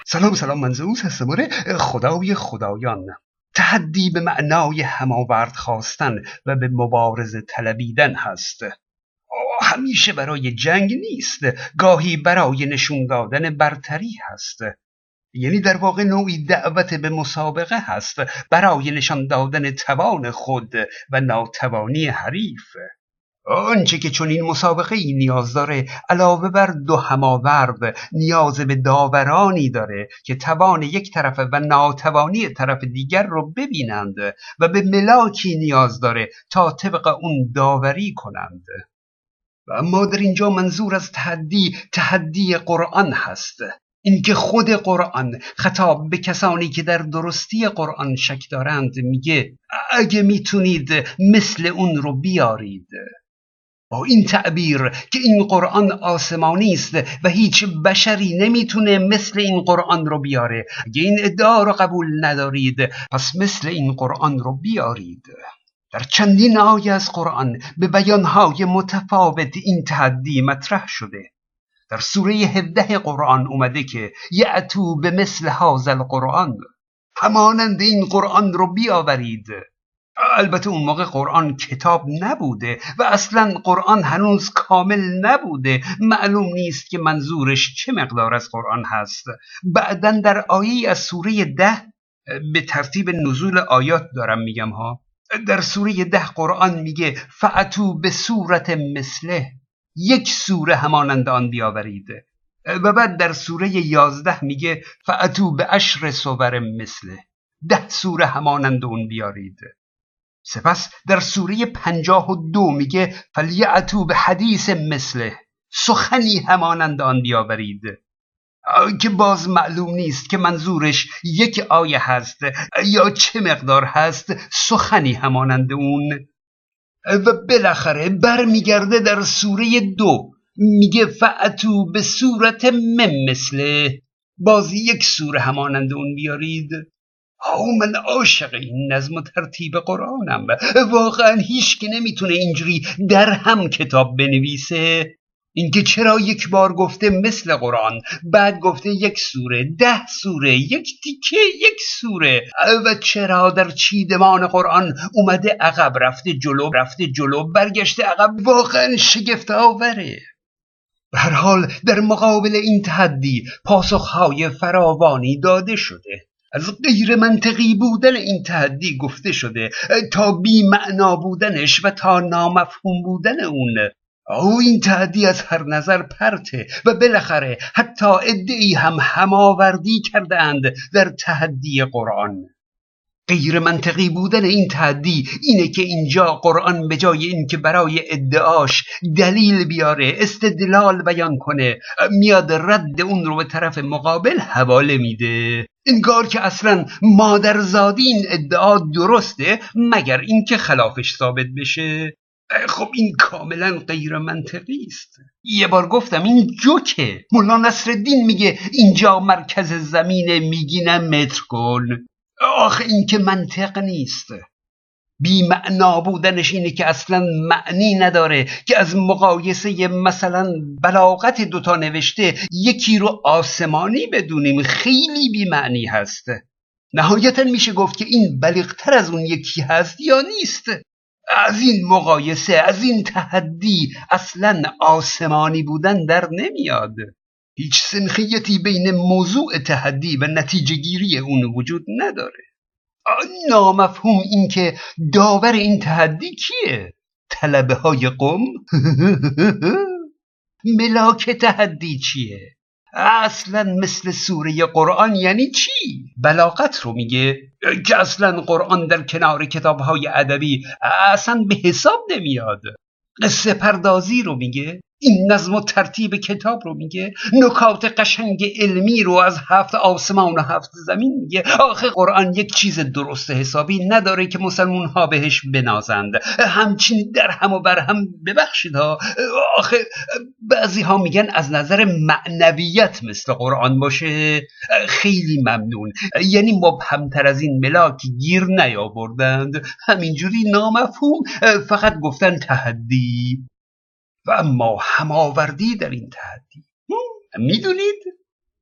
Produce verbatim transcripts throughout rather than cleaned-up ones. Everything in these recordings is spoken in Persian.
سلام سلام، من زئوس هستم. آره، خدای خدایان. تحدی به معنای هماورد خواستن و به مبارزه طلبیدن هست. همیشه برای جنگ نیست، گاهی برای نشون دادن برتری هست. یعنی در واقع نوعی دعوت به مسابقه هست برای نشان دادن توان خود و ناتوانی حریف. آنچه که چون این مسابقه ای نیاز داره، علاوه بر دو هماورد، نیاز به داورانی داره که توان یک طرف و ناتوانی طرف دیگر رو ببینند و به ملاکی نیاز داره تا طبق اون داوری کنند. و اما در اینجا منظور از تحدی تحدی قرآن هست. اینکه خود قرآن خطاب به کسانی که در درستی قرآن شک دارند میگه اگه میتونید مثل اون رو بیارید. با این تعبیر که این قرآن آسمانی است و هیچ بشری نمیتونه مثل این قرآن رو بیاره، اگه این ادعا رو قبول ندارید پس مثل این قرآن رو بیارید. در چندین آیه از قرآن به بیانهای متفاوت این تحدی مطرح شده. در سوره هفده قرآن اومده که یأتوا به مثل هذا القرآن، همانند این قرآن رو بیاورید. البته اون موقع قرآن کتاب نبوده و اصلا قرآن هنوز کامل نبوده، معلوم نیست که منظورش چه مقدار از قرآن هست. بعدن در آیه از سوره ده، به ترتیب نزول آیات دارم میگم ها، در سوره ده قرآن میگه فأتوا به صورت مثله، یک سوره همانند آن بیاورید. و بعد در سوره یازده میگه فأتوا به عشر صور مثله، ده سوره همانند اون بیارید. سپس در سوره پنجاه و دو میگه فلیأتوا به حدیث مثله، سخنی همانند آن بیاورید، که باز معلوم نیست که منظورش یک آیه هست یا چه مقدار هست سخنی همانند اون. و بالاخره برمیگرده در سوره دو میگه فأتوا به صورت من مثله، باز یک سوره همانند اون بیارید. آو من عاشق این نظم و ترتیب قرآنم، واقعا هیچ که نمیتونه اینجوری در هم کتاب بنویسه. اینکه چرا یک بار گفته مثل قرآن، بعد گفته یک سوره، ده سوره، یک تیکه یک سوره، و چرا در چیدمان قرآن اومده عقب رفته جلو، رفته جلو برگشته عقب، واقعا شگفت آوره. به هر حال در مقابل این تحدی پاسخهای فراوانی داده شده. از غیر منطقی بودن این تحدی گفته شده تا بی معنا بودنش و تا نامفهوم بودن اون. او این تحدی از هر نظر پرته و بالاخره حتی ادعی هم هماوردی کردند در تحدی قرآن. غیر منطقی بودن این تحدی اینه که اینجا قرآن به جای این که برای ادعاش دلیل بیاره، استدلال بیان کنه، میاد رد اون رو به طرف مقابل حواله میده. انگار که اصلا مادرزادی این ادعا درسته مگر اینکه خلافش ثابت بشه. خب این کاملا غیر منطقی است. یه بار گفتم این جوکه. مولا نصرالدین میگه اینجا مرکز زمینه، میگینم متر کن. آخه این که منطق نیست. بی معنا بودنش اینه که اصلا معنی نداره که از مقایسه مثلا بلاغت دوتا نوشته یکی رو آسمانی بدونیم، خیلی بی معنی هست. نهایتا میشه گفت که این بلیغتر از اون یکی هست یا نیست. از این مقایسه، از این تحدی اصلا آسمانی بودن در نمیاد. هیچ سنخیتی بین موضوع تحدی و نتیجه گیری اون وجود نداره. نامفهوم این که داور این تحدی کیه؟ طلبه های قم؟ ملاک تحدی چیه؟ اصلا مثل سوره قرآن یعنی چی؟ بلاغت رو میگه که اصلا قرآن در کنار کتابهای ادبی اصلا به حساب نمیاد. قصه پردازی رو میگه، این نظم و ترتیب کتاب رو میگه، نکات قشنگ علمی رو از هفت آسمان و هفت زمین میگه. آخه قرآن یک چیز درست حسابی نداره که مسلمون ها بهش بنازند. همچین در هم و بر هم ببخشید ها. آخه بعضی ها میگن از نظر معنویت مثل قرآن باشه. خیلی ممنون، یعنی مبهمتر از این ملاک گیر نیاوردند، همینجوری نامفهوم فقط گفتن تحدی. و اما هماوردی در این تحدی، میدونید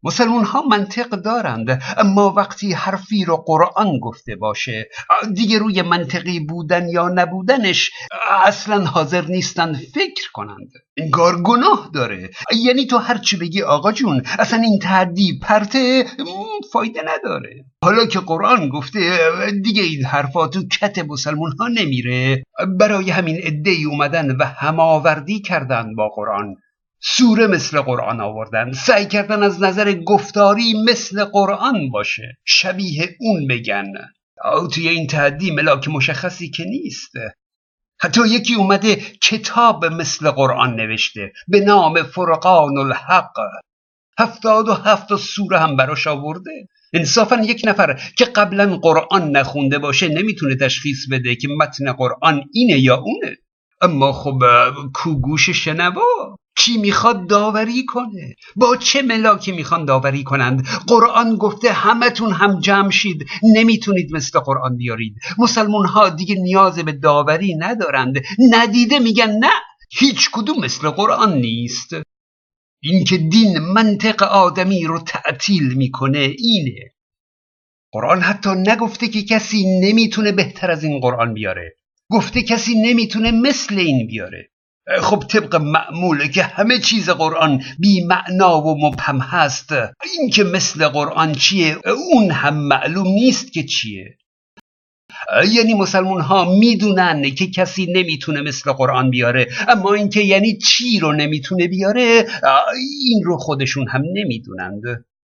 مسلمون ها منطق دارند، اما وقتی حرفی رو قرآن گفته باشه دیگه روی منطقی بودن یا نبودنش اصلا حاضر نیستن فکر کنند. انگار گناه داره. یعنی تو هرچی بگی آقا جون اصلا این تحدی پرته فایده نداره. حالا که قرآن گفته دیگه این حرفا تو کت مسلمون ها نمیره. برای همین عده‌ای اومدن و هماوردی کردن با قرآن، سوره مثل قرآن آوردن، سعی کردن از نظر گفتاری مثل قرآن باشه، شبیه اون بگن. او توی این تحدی ملاک مشخصی که نیست. حتی یکی اومده کتاب مثل قرآن نوشته به نام فرقان الحق، هفتاد و هفت سوره هم براش آورده. انصافا یک نفر که قبلا قرآن نخونده باشه نمیتونه تشخیص بده که متن قرآن اینه یا اونه. اما خب کو گوش شنوا؟ کی میخواد داوری کنه؟ با چه ملاکی میخوان داوری کنند؟ قرآن گفته همتون هم جمع شید، نمیتونید مثل قرآن بیارید. مسلمون ها دیگه نیاز به داوری ندارند، ندیده میگن نه هیچ کدوم مثل قرآن نیست. این که دین منطق آدمی رو تعطیل میکنه اینه. قرآن حتی نگفته که کسی نمیتونه بهتر از این قرآن بیاره، گفته کسی نمیتونه مثل این بیاره. خب طبق معموله که همه چیز قرآن بی معنا و مبهم هست. این که مثل قرآن چیه اون هم معلوم نیست که چیه. یعنی مسلمون ها میدونن که کسی نمیتونه مثل قرآن بیاره، اما این که یعنی چی رو نمیتونه بیاره این رو خودشون هم نمیدونند.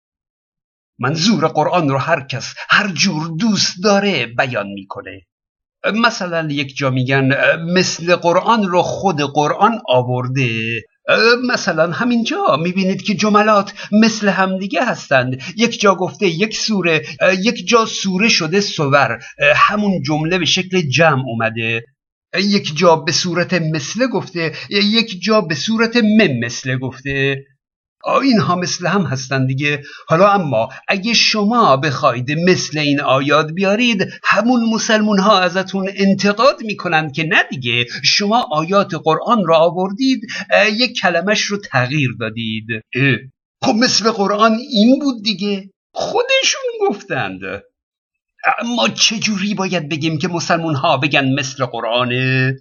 منظور قرآن رو هر کس هر جور دوست داره بیان میکنه. مثلا یک جا میگن مثل قرآن رو خود قرآن آورده. مثلا همینجا میبینید که جملات مثل همدیگه هستند. یک جا گفته یک سوره، یک جا سوره شده سور، همون جمله به شکل جمع اومده. یک جا به صورت مثل گفته، یک جا به صورت مم مثل گفته. اینها مثل هم هستن دیگه. حالا اما اگه شما بخواید مثل این آیات بیارید، همون مسلمون ها ازتون انتقاد میکنن که نه دیگه شما آیات قرآن را آوردید یک کلمش رو تغییر دادید. خب مثل قرآن این بود دیگه، خودشون گفتند. اما چجوری باید بگیم که مسلمون ها بگن مثل قرآنه؟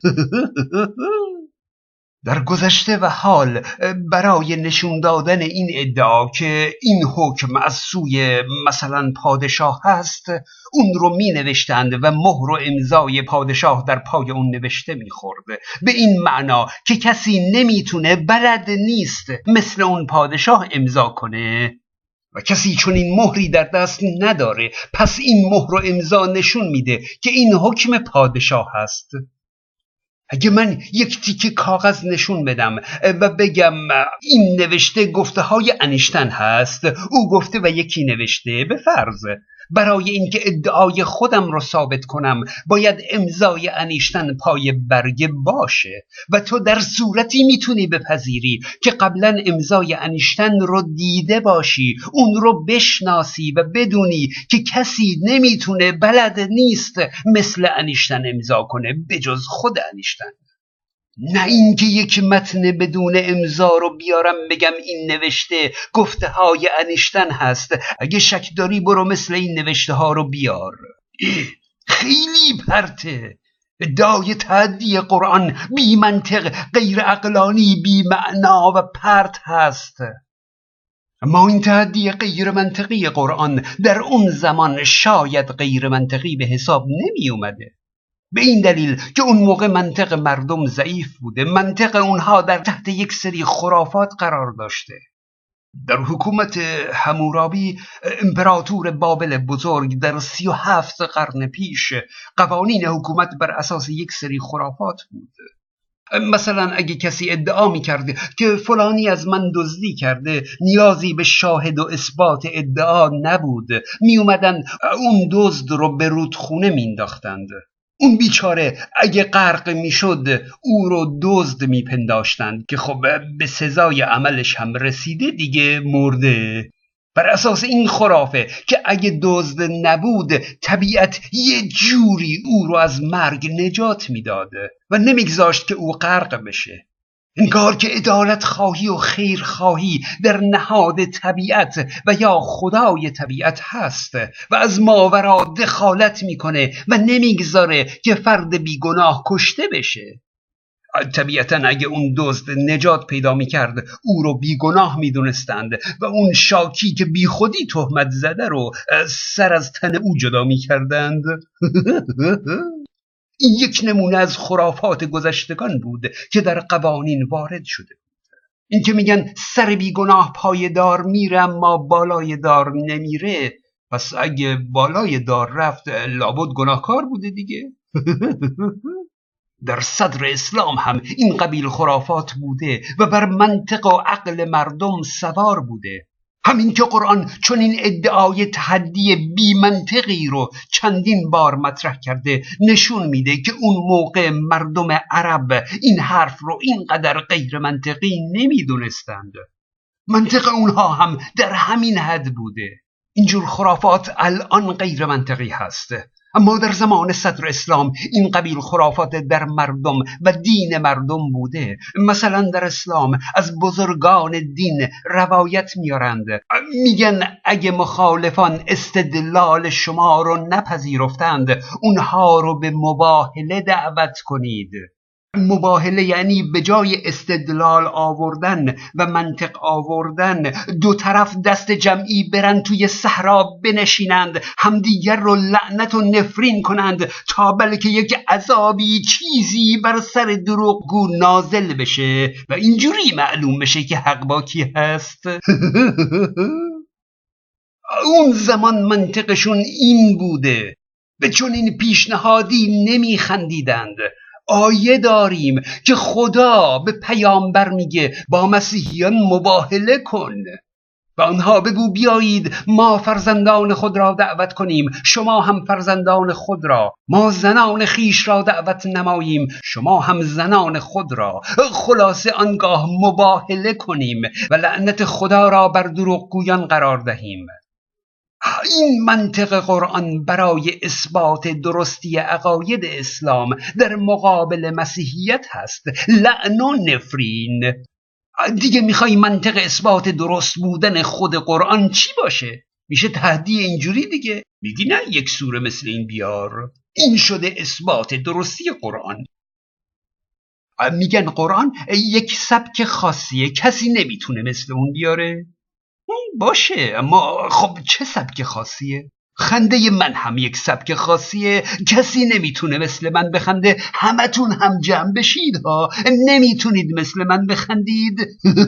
در گذشته و حال برای نشون دادن این ادعا که این حکم از سوی مثلا پادشاه هست، اون رو می نوشتند و مهر و امضای پادشاه در پای اون نوشته می خورد، به این معنا که کسی نمیتونه بلد نیست مثل اون پادشاه امضا کنه و کسی چون این مهری در دست نداره. پس این مهر و امضا نشون میده که این حکم پادشاه هست. اگه من یک تیکه کاغذ نشون بدم و بگم این نوشته گفته های انیشتن هست، او گفته و یکی نوشته، به فرض برای اینکه ادعای خودم رو ثابت کنم باید امضای انیشتن پای برگ باشه و تو در صورتی میتونی بپذیری که قبلا امضای انیشتن رو دیده باشی، اون رو بشناسی و بدونی که کسی نمیتونه بلد نیست مثل انیشتن امضا کنه بجز خود انیشتن. نه اینکه یک متن بدون امضا رو بیارم بگم این نوشته گفته های انیشتن هست. اگه شک داری برو مثل این نوشته ها رو بیار. خیلی پرته. ادعای تعدی قرآن بی منطق، غیر عقلانی، بی معنا و پرت هست. اما این تعدی غیر منطقی قرآن در اون زمان شاید غیر منطقی به حساب نمی اومده، به این دلیل که اون موقع منطق مردم ضعیف بوده، منطق اونها در تحت یک سری خرافات قرار داشته. در حکومت حمورابی امپراتور بابل بزرگ در سی و هفت قرن پیش قوانین حکومت بر اساس یک سری خرافات بود. مثلا اگه کسی ادعا می کرده که فلانی از من دزدی کرده، نیازی به شاهد و اثبات ادعا نبود، می اومدن اون دزد رو به رودخونه می انداختند. اون بیچاره اگه غرق میشد او رو دزد میپنداشتند که خب به سزای عملش هم رسیده دیگه، مرده. بر اساس این خرافه که اگه دزد نبود طبیعت یه جوری او رو از مرگ نجات میداد و نمیگذاشت که او غرق بشه. انگار که عدالت خواهی و خیر خواهی در نهاد طبیعت و یا خدای طبیعت هست و از ماورا دخالت میکنه و نمیگذاره که فرد بیگناه کشته بشه. طبیعتا اگه اون دزد نجات پیدا میکرد او رو بیگناه میدونستند و اون شاکی که بی خودی تهمت زده رو سر از تن او جدا میکردند. این یک نمونه از خرافات گذشتگان بود که در قوانین وارد شده بود. این که میگن سر بیگناه پای دار میره اما بالای دار نمیره، پس اگه بالای دار رفت لابد گناهکار بوده دیگه. در صدر اسلام هم این قبیل خرافات بوده و بر منطق و عقل مردم سوار بوده. همین که قرآن چون این ادعای تحدی بی منطقی رو چندین بار مطرح کرده نشون میده که اون موقع مردم عرب این حرف رو اینقدر غیر منطقی نمیدونستند. منطق اونها هم در همین حد بوده. اینجور خرافات الان غیر منطقی هست، اما در زمان صدر اسلام این قبیل خرافات در مردم و دین مردم بوده. مثلا در اسلام از بزرگان دین روایت میارند، میگن اگه مخالفان استدلال شما رو نپذیرفتند اونها رو به مباهله دعوت کنید. مباهله یعنی به جای استدلال آوردن و منطق آوردن دو طرف دست جمعی برن توی صحرا بنشینند، همدیگر رو لعنت و نفرین کنند تا بلکه یک عذابی چیزی بر سر دروغگو نازل بشه و اینجوری معلوم بشه که حق با کی هست. اون زمان منطقشون این بوده. به چون این پیشنهادی نمی خندیدند. آیه داریم که خدا به پیامبر میگه با مسیحیان مباهله کن و آنها بگو بیایید ما فرزندان خود را دعوت کنیم، شما هم فرزندان خود را، ما زنان خیش را دعوت نماییم، شما هم زنان خود را. خلاصه آنگاه مباهله کنیم و لعنت خدا را بر دروغگویان قرار دهیم. این منطق قرآن برای اثبات درستی عقاید اسلام در مقابل مسیحیت هست. لعن و نفرین. دیگه میخوای منطق اثبات درست بودن خود قرآن چی باشه؟ میشه تهدی اینجوری دیگه. میگی نه یک سوره مثل این بیار. این شده اثبات درستی قرآن. میگن قرآن یک سبک خاصیه، کسی نمیتونه مثل اون بیاره. باشه، اما خب چه سبک خاصیه؟ خنده من هم یک سبک خاصیه، کسی نمیتونه مثل من بخنده. همتون هم جمع بشید ها، نمیتونید مثل من بخندید.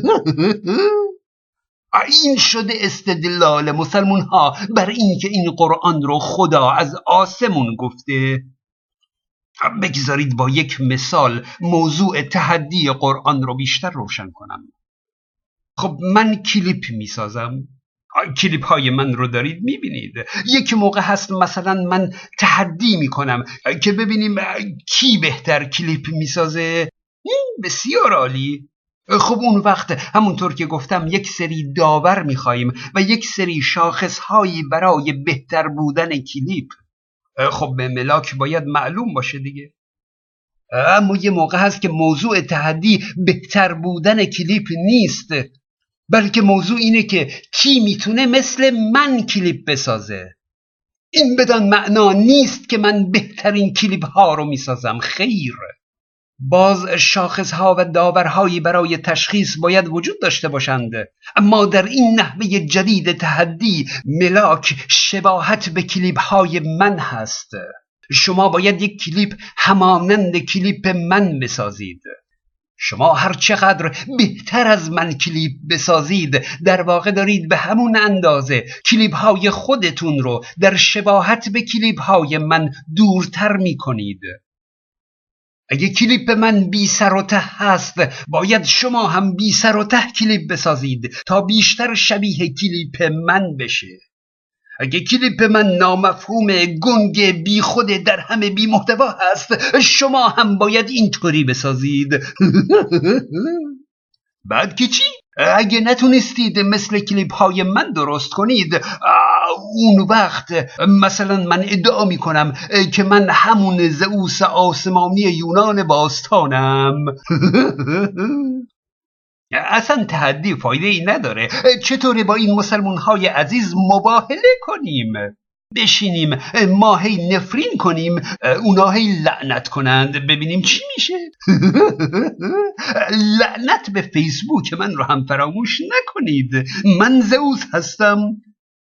این شده استدلال مسلمون ها بر این که این قرآن رو خدا از آسمون گفته. بگذارید با یک مثال موضوع تحدی قرآن رو بیشتر روشن کنم. خب من کلیپ میسازم، کلیپ های من رو دارید میبینید. یک موقع هست مثلا من تحدی میکنم که ببینیم کی بهتر کلیپ میسازه. بسیار عالی. خب اون وقت همونطور که گفتم یک سری داور میخواییم و یک سری شاخص هایی برای بهتر بودن کلیپ. خب به ملاک باید معلوم باشه دیگه. اما یه موقع هست که موضوع تحدی بهتر بودن کلیپ نیست، بلکه موضوع اینه که کی میتونه مثل من کلیپ بسازه. این بدان معنا نیست که من بهترین کلیپ ها رو میسازم، خیر. باز شاخص ها و داورهایی برای تشخیص باید وجود داشته باشند، اما در این نحوه جدید تحدی ملاک شباهت به کلیپ های من هست. شما باید یک کلیپ همانند کلیپ من بسازید. شما هر چقدر بهتر از من کلیپ بسازید در واقع دارید به همون اندازه کلیپ های خودتون رو در شباهت به کلیپ های من دورتر می کنید. اگه کلیپ من بی سر و ته هست باید شما هم بی سر و ته کلیپ بسازید تا بیشتر شبیه کلیپ من بشه. اگه کلیپ من نامفهوم، گنگ، بی خود، در همه بی محتوا هست شما هم باید اینطوری بسازید. بعد که چی؟ اگه نتونستید مثل کلیپ های من درست کنید اون وقت مثلا من ادعا میکنم که من همون زئوس آسمانی یونان باستانم. اصلا تحدی فایده ای نداره. چطوره با این مسلمان های عزیز مباهله کنیم؟ بشینیم ما هی نفرین کنیم، اونا هی لعنت کنند، ببینیم چی میشه. لعنت به فیسبوک من رو هم فراموش نکنید. من زئوس هستم.